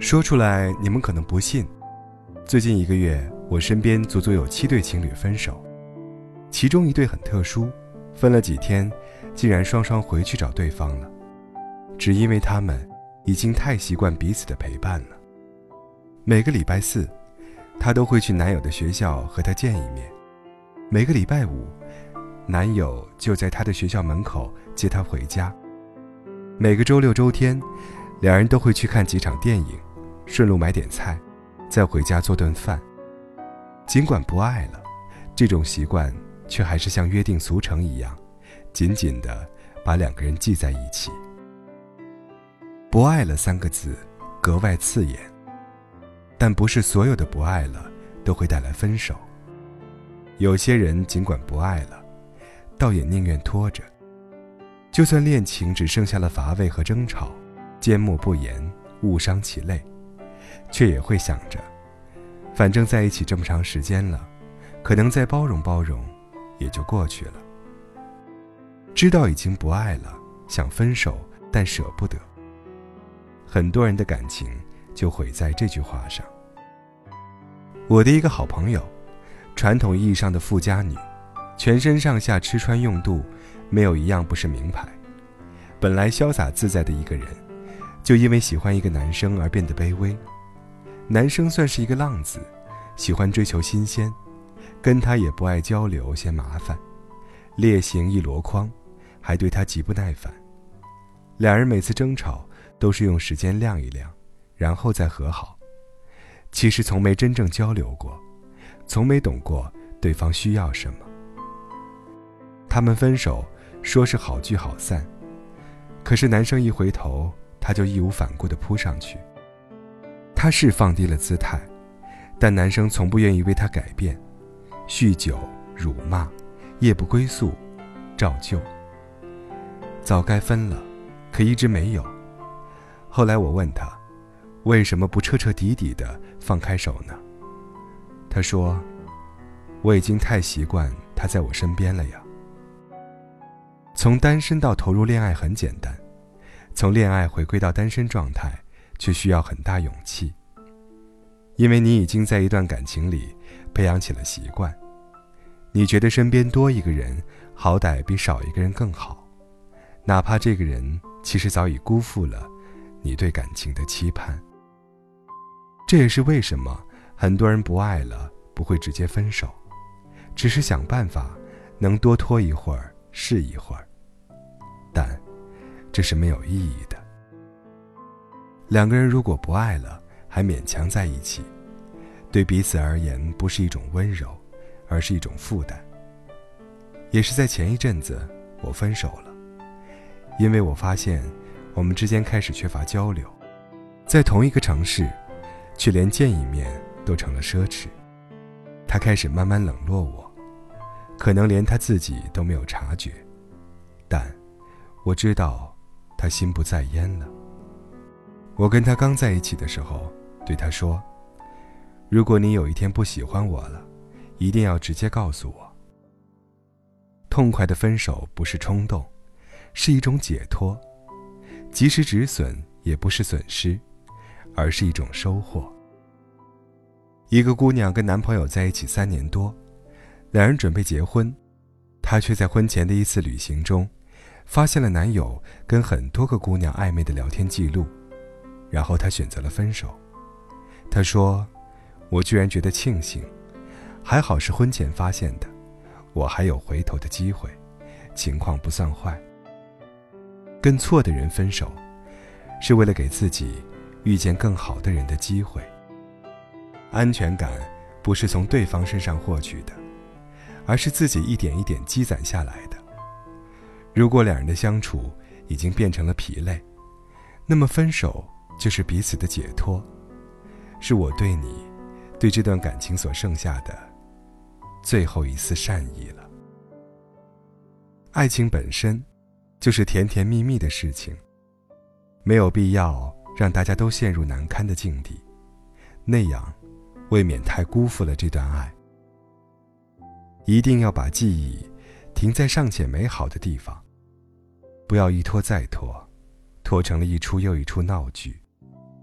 说出来你们可能不信，最近1个月，我身边足足有7对情侣分手，其中1对很特殊，分了几天，竟然双双回去找对方了，只因为他们已经太习惯彼此的陪伴了。每个礼拜4，她都会去男友的学校和他见一面，每个礼拜5，男友就在她的学校门口接她回家，每个周6周天，两人都会去看几场电影，顺路买点菜，再回家做顿饭。尽管不爱了，这种习惯却还是像约定俗成一样，紧紧地把2个人系在一起。不爱了3个字格外刺眼，但不是所有的不爱了都会带来分手。有些人尽管不爱了，倒也宁愿拖着，就算恋情只剩下了乏味和争吵，缄默不言，误伤其类，却也会想着，反正在一起这么长时间了，可能再包容包容也就过去了。知道已经不爱了，想分手但舍不得，很多人的感情就毁在这句话上。我的一个好朋友，传统意义上的富家女，全身上下吃穿用度没有一样不是名牌，本来潇洒自在的一个人，就因为喜欢一个男生而变得卑微。男生算是一个浪子，喜欢追求新鲜，跟他也不爱交流，嫌麻烦，烈行一箩筐，还对他极不耐烦。两人每次争吵都是用时间晾一晾，然后再和好，其实从没真正交流过，从没懂过对方需要什么。他们分手说是好聚好散，可是男生一回头，他就义无反顾地扑上去。他是放低了姿态，但男生从不愿意为他改变，酗酒、辱骂、夜不归宿，照旧。早该分了，可一直没有。后来我问他，为什么不彻彻底底地放开手呢？他说，我已经太习惯他在我身边了呀。从单身到投入恋爱很简单，从恋爱回归到单身状态却需要很大勇气，因为你已经在一段感情里培养起了习惯，你觉得身边多一个人好歹比少一个人更好，哪怕这个人其实早已辜负了你对感情的期盼。这也是为什么很多人不爱了不会直接分手，只是想办法能多拖一会儿是一会儿，但这是没有意义的。2个人如果不爱了还勉强在一起，对彼此而言不是一种温柔，而是一种负担。也是在前一阵子我分手了，因为我发现我们之间开始缺乏交流，在同一个城市却连见一面都成了奢侈。他开始慢慢冷落我，可能连他自己都没有察觉，但我知道他心不在焉了。我跟他刚在一起的时候对他说，如果你有一天不喜欢我了，一定要直接告诉我。痛快的分手不是冲动，是一种解脱，及时止损也不是损失，而是一种收获。一个姑娘跟男朋友在一起3年多，两人准备结婚，她却在婚前的一次旅行中发现了男友跟很多个姑娘暧昧的聊天记录，然后她选择了分手。她说，我居然觉得庆幸，还好是婚前发现的，我还有回头的机会，情况不算坏。跟错的人分手，是为了给自己遇见更好的人的机会。安全感不是从对方身上获取的，而是自己一点一点积攒下来的。如果两人的相处已经变成了疲累，那么分手就是彼此的解脱，是我对你，对这段感情所剩下的最后一丝善意了。爱情本身就是甜甜蜜蜜的事情，没有必要让大家都陷入难堪的境地，那样未免太辜负了这段爱。一定要把记忆停在尚且美好的地方，不要一拖再拖，拖成了一出又一出闹剧。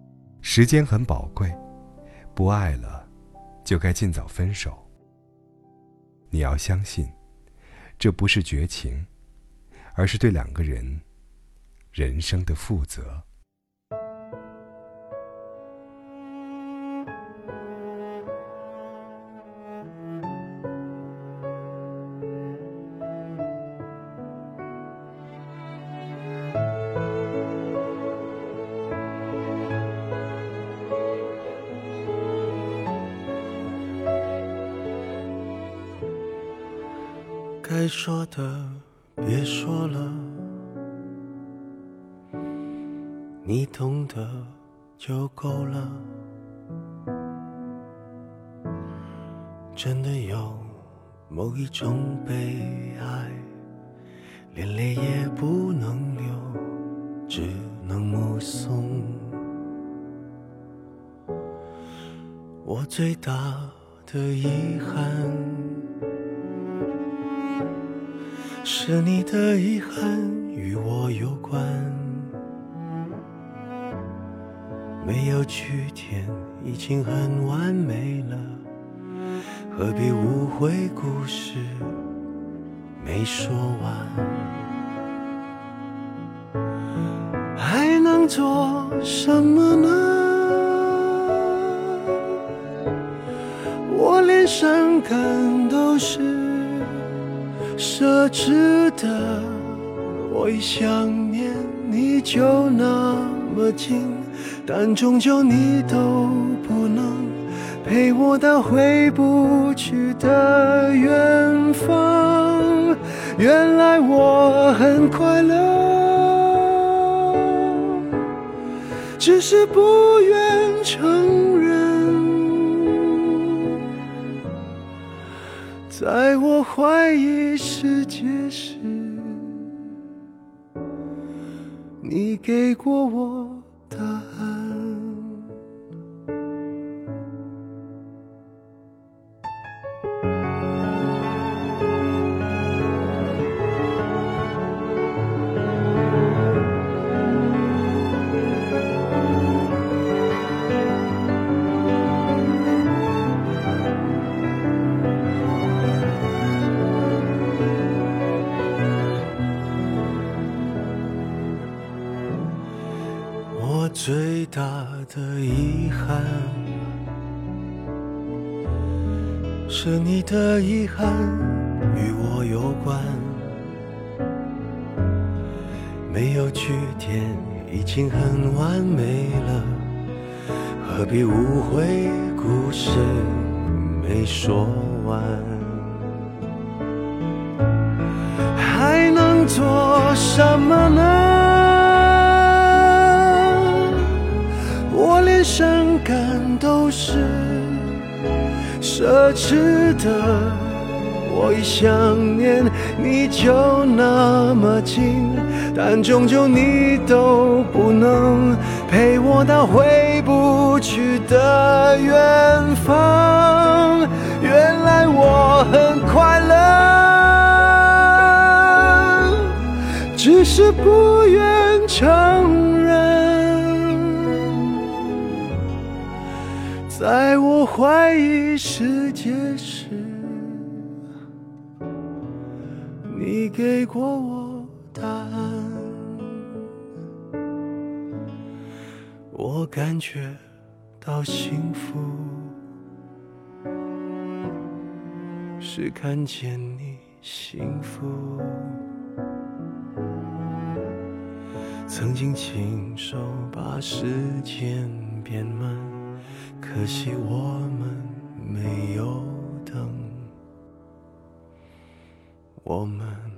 时间很宝贵，不爱了，就该尽早分手。你要相信，这不是绝情，而是对两个人人生的负责。 该说的别说了，你懂得就够了。真的有某一种悲哀，连泪也不能流，只能目送。我最大的遗憾，是你的遗憾与我有关，没有句点已经很完美了，何必误会故事没说完？还能做什么呢？我连伤感都是奢侈的，我一想念你就那么近，但终究你都不能陪我到回不去的远方。原来我很快乐，只是不愿承认。在我怀疑世界时，你给过我答案。我最大的遗憾，是你的遗憾与我有关，没有句点已经很完美了，何必误会故事没说完？还能做什么呢？我连伤感都是奢侈的，我一想念你就那么近，但终究你都不能陪我到回不去的远方。原来我很快乐，只是不愿承认。在我怀疑世界时，你给过我答案。我感觉到幸福，是看见你幸福。曾经亲手把时间变慢，可惜我们没有等，我们